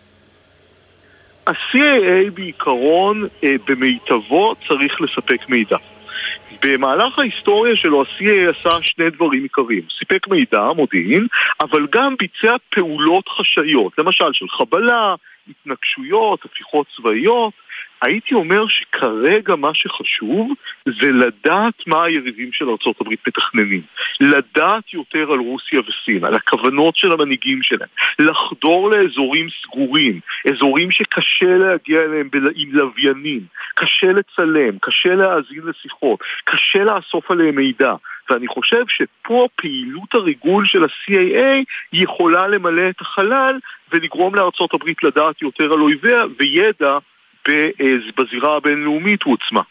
ה-CIA בעיקרון, במיטבו, צריך לספק מידע. במהלך ההיסטוריה שלו, ה-CIA עשה שני דברים עיקריים. סיפק מידע, מודיעין, אבל גם ביצע פעולות חשאיות, למשל של חבלה, התנגשויות, הפיכות צבאיות. הייתי אומר שכרגע מה שחשוב זה לדעת מה היריבים של ארצות הברית מתכננים. לדעת יותר על רוסיה וסין, על הכוונות של המנהיגים שלהם. לחדור לאזורים סגורים, אזורים שקשה להגיע אליהם עם לוויינים, קשה לצלם, קשה להאזין לשיחות, קשה לאסוף עליהם מידע. ואני חושב שפה פעילות הריגול של ה-CIA יכולה למלא את החלל ולגרום לארצות הברית לדעת יותר על אויביה, וידע בזירה הבינלאומית הוא עוצמה.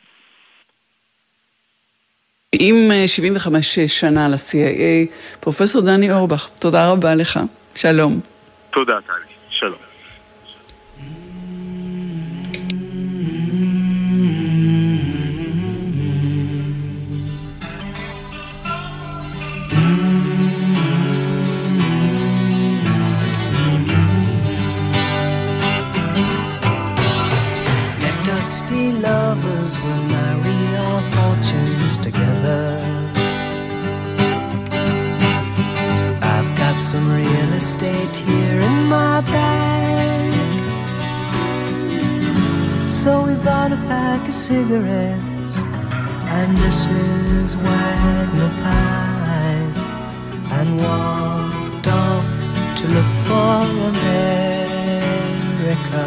עם 75 שנה ל-CIA, פרופסור דני אורבך, תודה רבה לך. שלום. תודה, טלי. שלום. Lovers will marry our fortunes together. I've got some real estate here in my bag, so we bought a pack of cigarettes and Mrs. Wagner pies and walked off to look for America.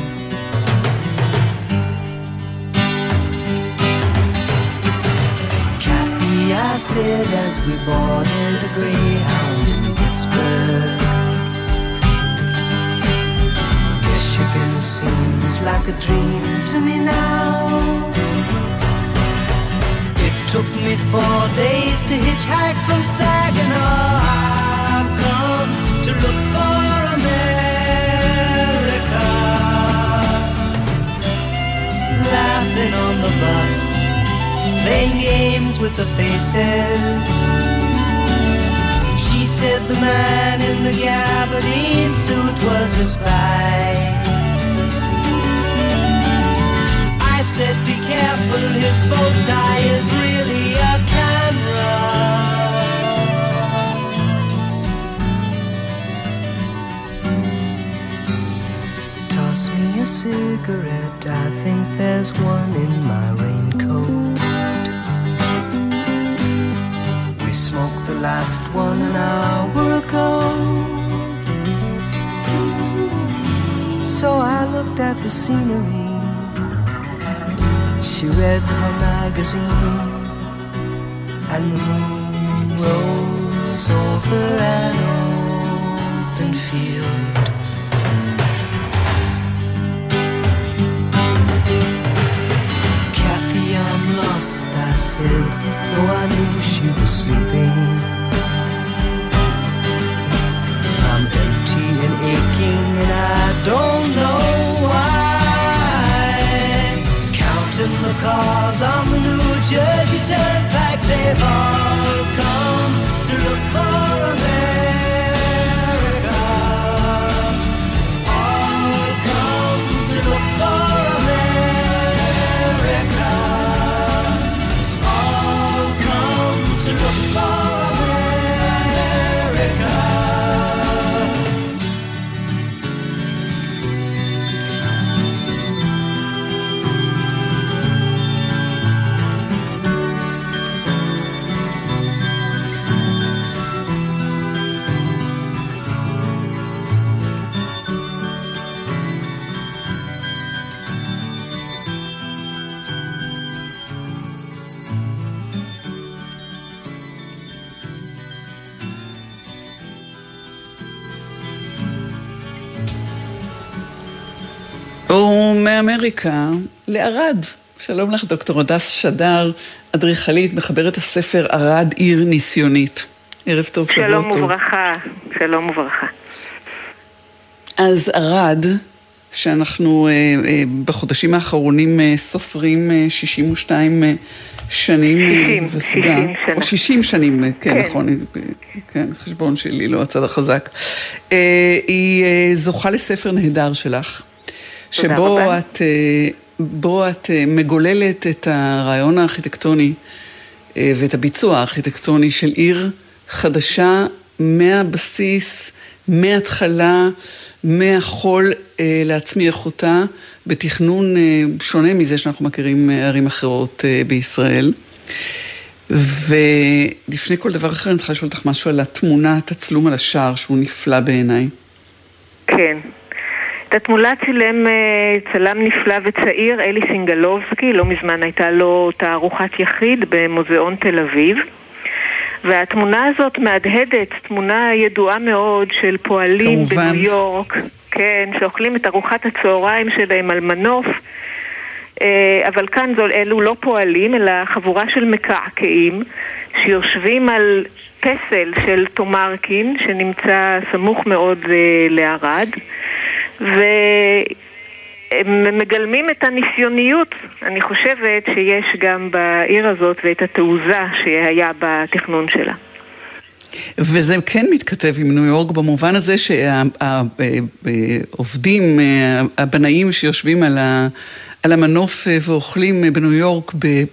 I said as we boarded a Greyhound in Pittsburgh, Michigan seems like a dream to me now. It took me 4 days to hitchhike from Saginaw. I've come to look for America. Laughing on the bus, playing games with the faces. She said the man in the gabardine suit was a spy. I said be careful, his bow tie is really a camera. Toss me a cigarette, I think there's one in my raincoat. Smoked the last one an hour ago. So I looked at the scenery. She read her magazine, and the moon rose over an open field. Kathy, I'm lost, I said, though I knew she was sleeping. I'm empty and aching and I don't know why. Counting the cars on the New Jersey Turnpike, they've all ומאמריקה לערד. שלום לך דוקטור הדס שדר, אדריכלית, מחברת הספר ערד עיר ניסיונית. ערב טוב, שבוע טוב. שלום וברכה, שלום וברכה. אז ערד, שאנחנו בחודשים האחרונים סופרים 62 שנים וסגה, או 60 שנים, כן, נכון, כן, חשבון שלי, לא הצד החזק. היא זוכה לספר נהדר שלך, שבו את מגוללת את הרעיון הארכיטקטוני ואת הביצוע הארכיטקטוני של עיר חדשה מהבסיס, מההתחלה, מהחול להצמיח אותה, בתכנון שונה מזה שאנחנו מכירים ערים אחרות בישראל. ולפני כל דבר אחר אני צריכה לשאול אותך משהו על התמונה, התצלום על השער, שהוא נפלא בעיניי. כן. את התמונה צילם צלם נפלא וצעיר, אלי סינגלובסקי, לא מזמן הייתה לו תערוכת יחיד במוזיאון תל אביב. והתמונה הזאת מהדהדת, תמונה ידועה מאוד של פועלים בניו יורק, כן, שאוכלים את ארוחת הצהריים שלהם על מנוף, אבל כאן אלו לא פועלים, אלא חבורה של מקעקעים שיושבים על פסל של תומרקין שנמצא סמוך מאוד לערד, הם מגלמים את הניסיוניות, אני חושבת שיש גם בעיר הזאת ואת התעוזה שהיה בתכנון שלה. וזה כן מתכתב עם ניו יורק במובן הזה שהעובדים, הבנאים שיושבים על המנוף ואוכלים בניו יורק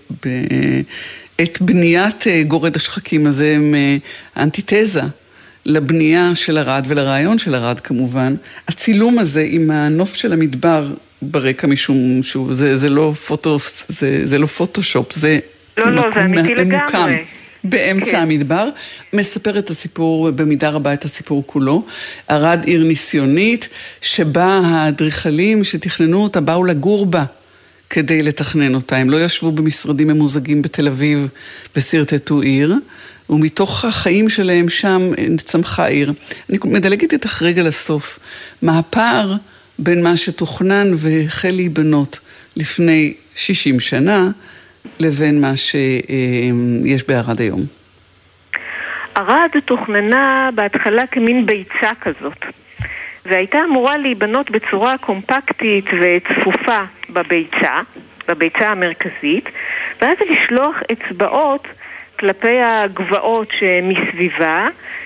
את בניית גורד השחקים הזה הם האנטיתזה לבנייה של ערד ולרעיון של ערד כמובן. הצילום הזה עם הנוף של המדבר ברקע משום זה לא פוטושופ, זה אמיתי לגמרי. באמצע המדבר, מספר את הסיפור, במידה רבה את הסיפור כולו. ערד עיר ניסיונית, שבה האדריכלים שתכננו אותה באו לגור בה כדי לתכנן אותה. הם לא ישבו במשרדים ממוזגים בתל אביב וסרטטו עיר, ומתוך החיים שלהם שם צמחה עיר. אני מדלגת איתך רגע לסוף. מה הפער בין מה שתוכנן והחל להיבנות לפני 60 שנה, לבין מה שיש בערד היום? ערד תוכננה בהתחלה כמין ביצה כזאת, והייתה אמורה להיבנות בצורה קומפקטית וצפופה בביצה המרכזית, ואז לשלוח אצבעות כלפי הגבעות שמסביבה,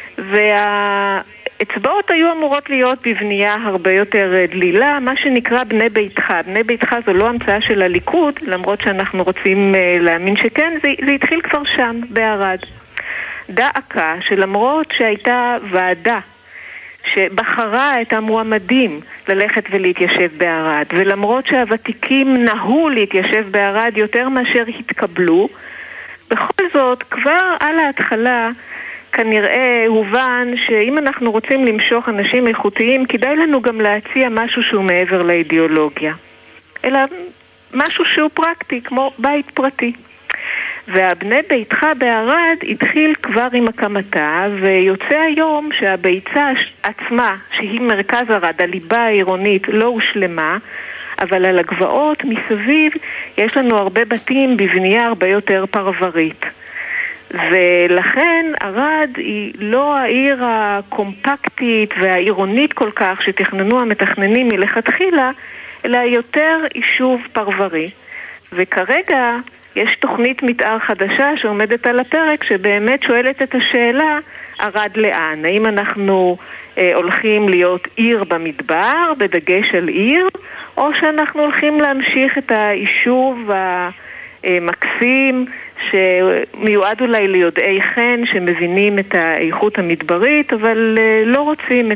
והאצבעות היו אמורות להיות בבנייה הרבה יותר דלילה, מה שנקרא בני ביתך. בני ביתך זו לא המצאה של הליכוד, למרות שאנחנו רוצים להאמין שכן, זה התחיל כבר שם, בערד. דאקה שלמרות שהייתה ועדה שבחרה את המועמדים ללכת ולהתיישב בערד, ולמרות שהוותיקים נהו להתיישב בערד יותר מאשר התקבלו, בכל זאת, כבר על ההתחלה כנראה הובן שאם אנחנו רוצים למשוך אנשים איכותיים, כדאי לנו גם להציע משהו שהוא מעבר לאידיאולוגיה. אלא משהו שהוא פרקטי, כמו בית פרטי. והבני ביתך בערד התחיל כבר עם הקמתה, ויוצא היום שהביצה עצמה, שהיא מרכז ערד, הליבה העירונית, לא הושלמה, אבל על הגבעות מסביב יש לנו הרבה בתים בבנייה הרבה יותר פרברית. ולכן ערד היא לא העיר הקומפקטית והעירונית כל כך שתכננו המתכננים מלכתחילה, אלא יותר יישוב פרברי. וכרגע יש תוכנית מתאר חדשה שעומדת על הפרק שבאמת שואלת את השאלה, ערד לאן? האם אנחנו הולכים להיות עיר במדבר, בדגש על עיר, או שאנחנו הולכים להמשיך את היישוב המקסים שמיועד אולי ליודעי חן שמבינים את האיכות המדברית, אבל לא רוצים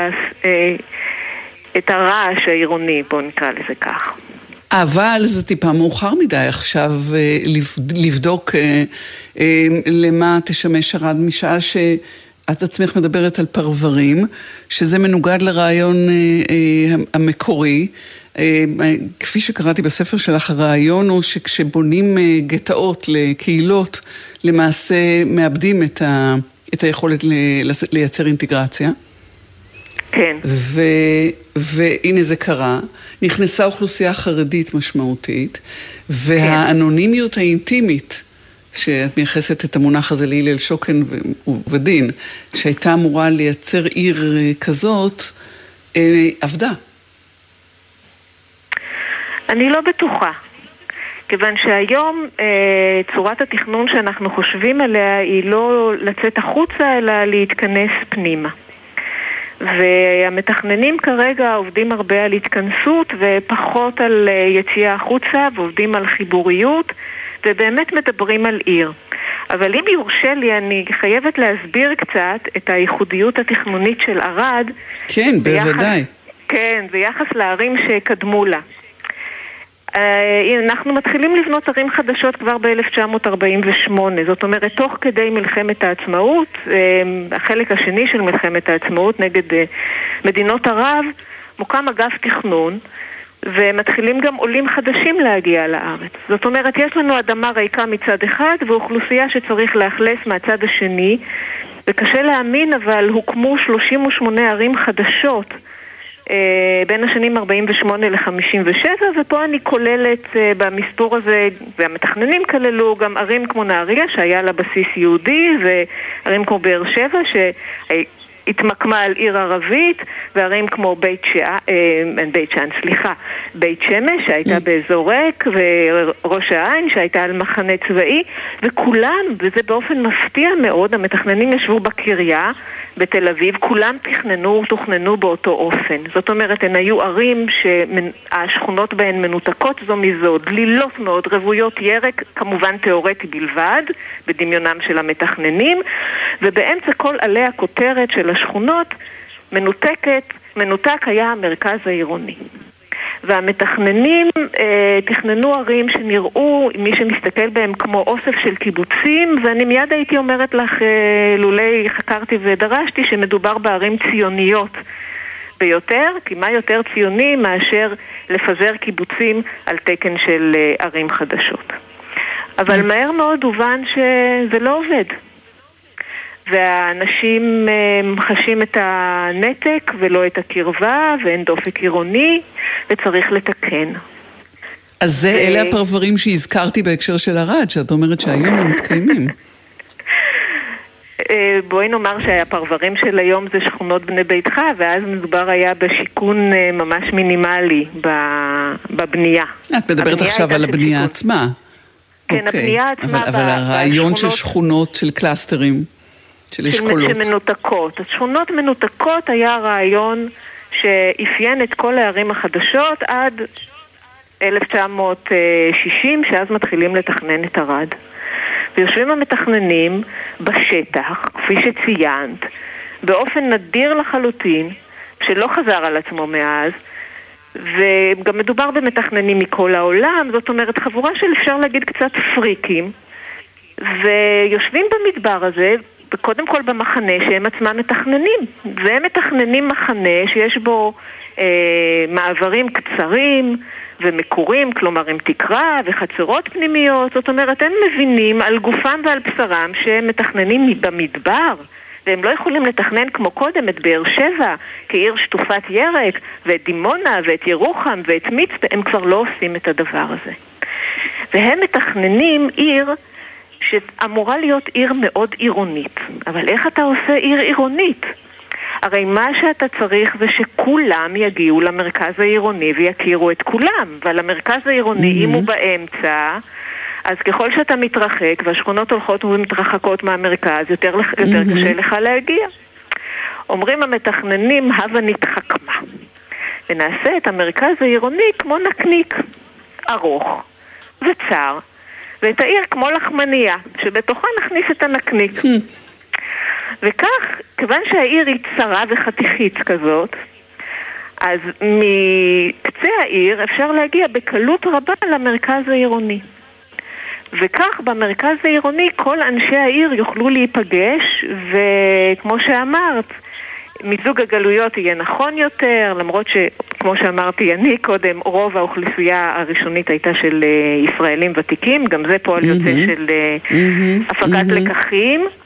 את הרעש העירוני, בוא נקרא לזה כך. אבל זה טיפה מאוחר מדי עכשיו לבדוק למה תשמש ערד, משעה שאת עצמך מדברת על פרברים, שזה מנוגד לרעיון המקורי. כפי שקראתי בספר שלך, הרעיון הוא שכשבונים גטאות לקהילות, למעשה מאבדים את היכולת לייצר אינטגרציה. כן. והנה זה קרה, נכנסה אוכלוסייה חרדית משמעותית, והאנונימיות האינטימית, שאת מייחסת את המונח הזה להלל שוקן ודין, שהייתה אמורה לייצר עיר כזאת, עבדה. אני לא בטוחה. כיוון שהיום צורת התכנון שאנחנו חושבים עליה היא לא לצאת החוצה, אלא להתכנס פנימה. והמתכננים כרגע עובדים הרבה על התכנסות ופחות על יציאה החוצה, ועובדים על חיבוריות, ובאמת מדברים על עיר. אבל אם יורשה לי, אני חייבת להסביר קצת את הייחודיות התכנונית של ערד. כן, בוודאי. כן, ביחס לערים שקדמו לה. אנחנו מתחילים לבנות ערים חדשות כבר ב-1948, זאת אומרת, תוך כדי מלחמת העצמאות, החלק השני של מלחמת העצמאות נגד מדינות ערב, מוקם אגף תכנון, ומתחילים גם עולים חדשים להגיע לארץ. זאת אומרת, יש לנו אדמה ריקה מצד אחד, ואוכלוסייה שצריך לאכלס מהצד השני, וקשה להאמין, אבל הוקמו 38 ערים חדשות, בין השנים 48 ל-57, ופה אני כוללת במספור הזה, והמתכננים כללו גם ערים כמו נהריה שההיה לה בסיס יהודי, וערים כמו באר שבע שהתמקמה על עיר ערבית, וערים כמו בית שמש שהייתה באזור ריק, וראש העין שהייתה על מחנה צבאי, וכולם, וזה באופן מפתיע מאוד, המתכננים ישבו בקריה בתל אביב, כולם תוכננו באותו אופן. זאת אומרת, הן היו ערים שהשכונות בהן מנותקות זו מזו, דלילות מאוד, רוויות ירק, כמובן תיאורטי בלבד, בדמיונם של המתכננים, ובאמצע כל עלי הכותרת של השכונות, מנותק היה המרכז העירוני. והמתכננים תכננו ערים שנראו, מי שמסתכל בהם, כמו אוסף של קיבוצים, ואני מיד הייתי אומרת לך, לולי חקרתי ודרשתי, שמדובר בערים ציוניות ביותר, כי מה יותר ציוני מאשר לפזר קיבוצים על תקן של ערים חדשות. אבל מהר מאוד הובן שזה לא עובד. והאנשים חשים את הנתק ולא את הקרבה, ואין דופק עירוני, וצריך לתקן. אז אלה הפרברים שהזכרתי בהקשר של ערד, שאת אומרת שהיום הם מתקיימים. בואי נאמר שהפרברים של היום זה שכונות בני ביתך, ואז מדובר היה בשיקון ממש מינימלי בבנייה. את מדברת עכשיו על הבנייה עצמה. כן, הבנייה עצמה. אבל הרעיון של שכונות, של קלאסטרים, של אשכולות. שמנותקות. השכונות מנותקות היה רעיון שאפיין את כל הערים החדשות עד 1960, שאז מתחילים לתכנן את ערד. ויושבים המתכננים בשטח, כפי שציינת, באופן נדיר לחלוטין, שלא חזר על עצמו מאז, וגם מדובר במתכננים מכל העולם, זאת אומרת חבורה של אפשר להגיד קצת פריקים, ויושבים במדבר הזה, וקודם כל במחנה שהם עצמם מתכננים, והם מתכננים מחנה שיש בו מעברים קצרים ומקורים, כלומר עם תקרה וחצרות פנימיות, זאת אומרת הם מבינים על גופם ועל בשרם שהם מתכננים במדבר, והם לא יכולים לתכנן כמו קודם את באר שבע כעיר שטופת ירק, ואת דימונה ואת ירוחם ואת מצפה, הם כבר לא עושים את הדבר הזה. והם מתכננים עיר שאמורה להיות עיר מאוד עירונית. אבל איך אתה עושה עיר עירונית? הרי מה שאתה צריך זה שכולם יגיעו למרכז העירוני ויכירו את כולם, ועל המרכז העירוני, אם הוא באמצע, אז ככל שאתה מתרחק, והשכונות הולכות ומתרחקות מהמרכז, יותר קשה לך להגיע. אומרים המתכננים, הווה נתחכמה. ונעשה את המרכז העירוני כמו נקניק, ארוך וצר, ואת העיר כמו לחמניה, שבתוכה נכניס את הנקניק. וכך, כיוון שהעיר היא צרה וחתיכית כזאת, אז מקצה העיר אפשר להגיע בקלות רבה למרכז העירוני. וכך במרכז העירוני כל אנשי העיר יוכלו להיפגש, וכמו שאמרת, מיזוג הגלויות יהיה נכון יותר, למרות שכמו שאמרתי אני קודם, רוב האוכלוסייה הראשונית הייתה של ישראלים ותיקים, גם זה פועל יוצא של הפקת לקחים,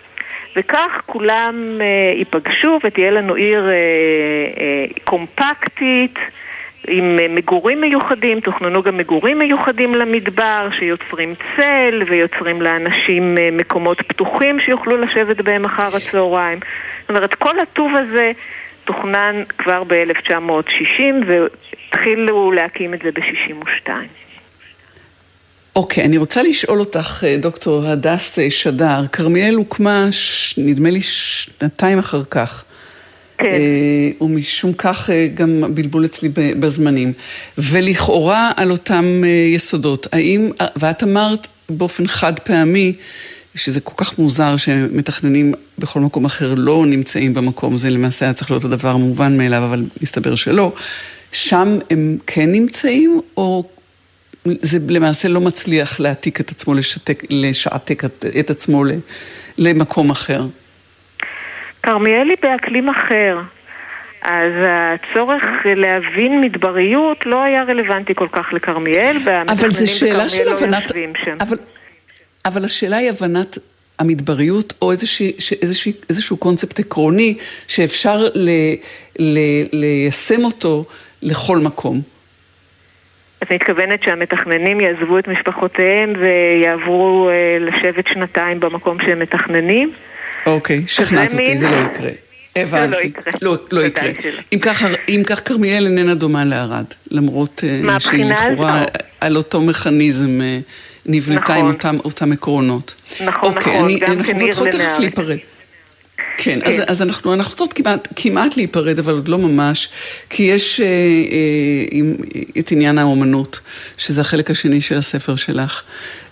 וכך כולם ייפגשו ותהיה לנו עיר קומפקטית, עם מגורים מיוחדים, תוכננו גם מגורים מיוחדים למדבר, שיוצרים צל ויוצרים לאנשים מקומות פתוחים שיוכלו לשבת בהם אחר הצהריים. זאת אומרת, כל הטוב הזה תוכנן כבר ב-1960 והתחילו להקים את זה ב-62. אוקיי, אני רוצה לשאול אותך, דוקטור הדס שדר, כרמיאל הוקמה, נדמה לי 2 אחר כך. כן. ומשום כך גם בלבול אצלי בזמנים. ולכאורה על אותם יסודות, ואת אמרת באופן חד פעמי, שזה כל כך מוזר שמתכננים בכל מקום אחר לא נמצאים במקום, זה למעשה היה צריך להיות הדבר מובן מאליו, אבל מסתבר שלא. שם הם כן נמצאים, או זה למעשה לא מצליח להעתיק את עצמו, לשעתק את עצמו למקום אחר? כרמיאל היא באקלים אחר, אז הצורך להבין מדבריות לא היה רלוונטי כל כך לכרמיאל, אבל זו שאלה של לא הבנת, אבל השאלה היא הבנת המדבריות, או איזשהו קונספט עקרוני שאפשר ליישם אותו לכל מקום. את מתכוונת שהמתכננים יעזבו את משפחותיהם ויעברו לשבת 2 במקום שהם מתכננים? אוקיי, שכנעת אותי, זה לא יקרה. הבנתי, לא יקרה. אם כך כרמיאל איננה דומה לערד, למרות שהיא לכאורה על אותו מכניזם נבנתה עם אותם עקרונות. נכון, גם כניר לנהר. כן, אז אנחנו רוצות כמעט להיפרד, אבל עוד לא ממש, כי יש את עניין האומנות, שזה החלק השני של הספר שלך,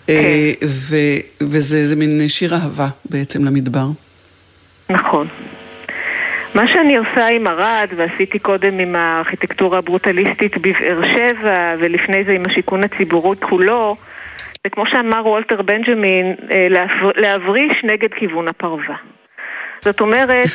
וזה מין שיר אהבה בעצם למדבר. נכון. מה שאני עושה עם ערד, ועשיתי קודם עם הארכיטקטורה הברוטליסטית בבאר שבע, ולפני זה עם השיכון הציבורי כולו, זה כמו שאמר וולטר בנג'מין, להבריש נגד כיוון הפרווה. זאת אומרת,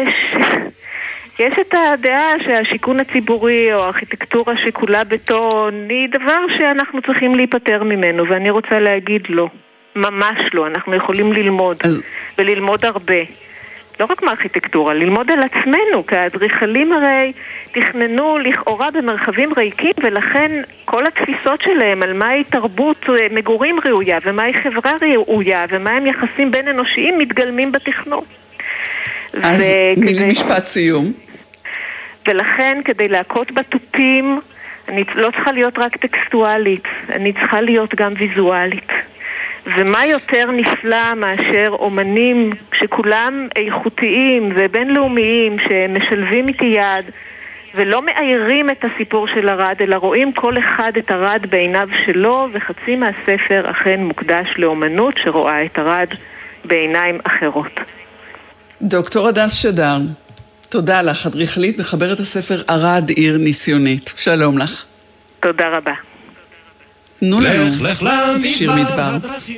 יש את הדעה שהשיכון הציבורי או הארכיטקטורה שכולה בטון היא דבר שאנחנו צריכים להיפטר ממנו, ואני רוצה להגיד לא, ממש לא. אנחנו יכולים ללמוד, וללמוד הרבה. לא רק מארכיטקטורה, ללמוד על עצמנו, כי האדריכלים הרי תכננו לכאורה במרחבים ריקים, ולכן כל התפיסות שלהם על מהי תרבות מגורים ראויה, ומהי חברה ראויה, ומהם יחסים בין אנושיים מתגלמים בתכנון. אז משפט סיום. ולכן כדי להכות בתופים, אני לא צריכה להיות רק טקסטואלית, אני צריכה להיות גם ויזואלית. ומה יותר נפלא מאשר אומנים שכולם איכותיים ובינלאומיים שמשלבים איתי יד ולא מאיירים את הסיפור של ערד, אלא רואים כל אחד את ערד בעיניו שלו, וחצי מהספר אכן מוקדש לאומנות שרואה את ערד בעיניים אחרות. דוקטור הדס שדר, תודה לך, אדריכלית מחברת הספר ערד עיר ניסיונית. שלום לך. תודה רבה. תנו לנו שיר מדבר.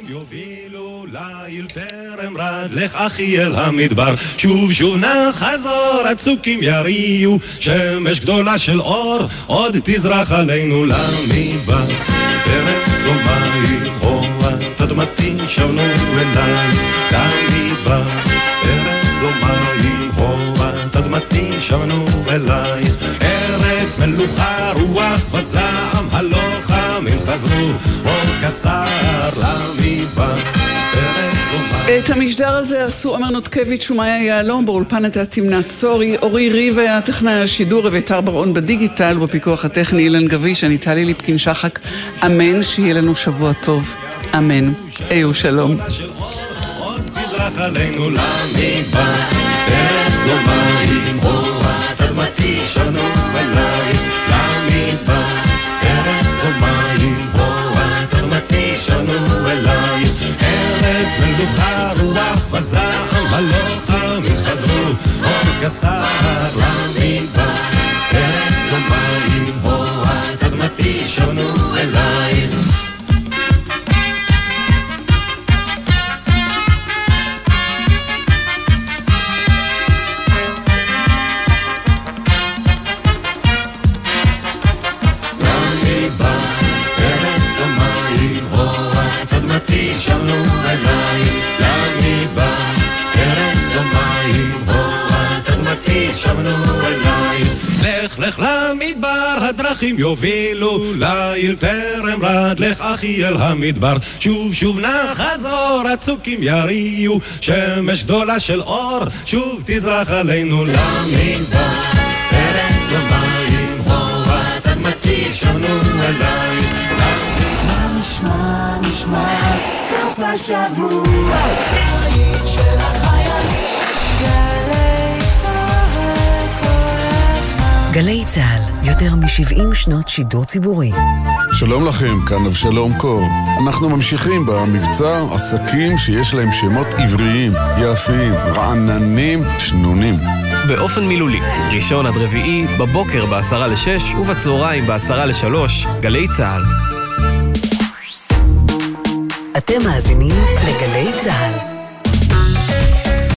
לך אחי אל המדבר, שוב שונה חזור, הצוקים יריעו, שמש גדולה של אור, עוד תזרח עלינו למדבר. ארץ ומים, הורת אדמתי שבנו אליי, למדבר. ארץ ומים, הורת אדמתי שבנו אליי, ארץ מלוכה, רוח וזעם, הלוחמים חזרו, אור כסר למדבר. את המשדר הזה עשו עומר נותקביץ' ומאיה יעלום, באולפן הייתה תמנת צורי, אורי ריב היה טכנאי השידור, אביתר ברעון בדיגיטל, בפיקוח הטכני אילן גביש, אני טלי ליפקין שחק. אמן, שיהיה לנו שבוע טוב. אמן. היו שלום. תזרח עלינו למדבר, ארץ דומיים, הורת אדמתי שבנו אליי, למדבר. ארץ דומיים, הורת אדמתי שבנו אליי, ארץ מלוכה, רוח וזעם, הלוחמים חזרו, אור כסר למדבר. ארץ דומיים, הורת אדמתי שבנו אליי. שבנו אליי, למדבר, ארץ שונו אליי. לך לך למדבר, הדרכים יובילו לעיר טרם רד, לך אחי אל המדבר, שוב שוב נא חזור, הצוקים יריעו, שמש גדולה של אור, שוב תזרח עלינו למדבר, ארץ ומים, הורת אדמתי שונו אליי. נשמע, נשמע, סוף השבוע, בית של החיילים, גלי צהל כל הזמן. גלי צהל, יותר מ-70 שנות שידור ציבורי. שלום לכם, כאן אבשלום קור. אנחנו ממשיכים במבצע עסקים שיש להם שמות עבריים, יפים, רעננים, שנונים. באופן מילולי, ראשון עד רביעי, בבוקר ב2:50 ובצהריים ב2:50, גלי צהל. אתם מאזינים לגלי צהל.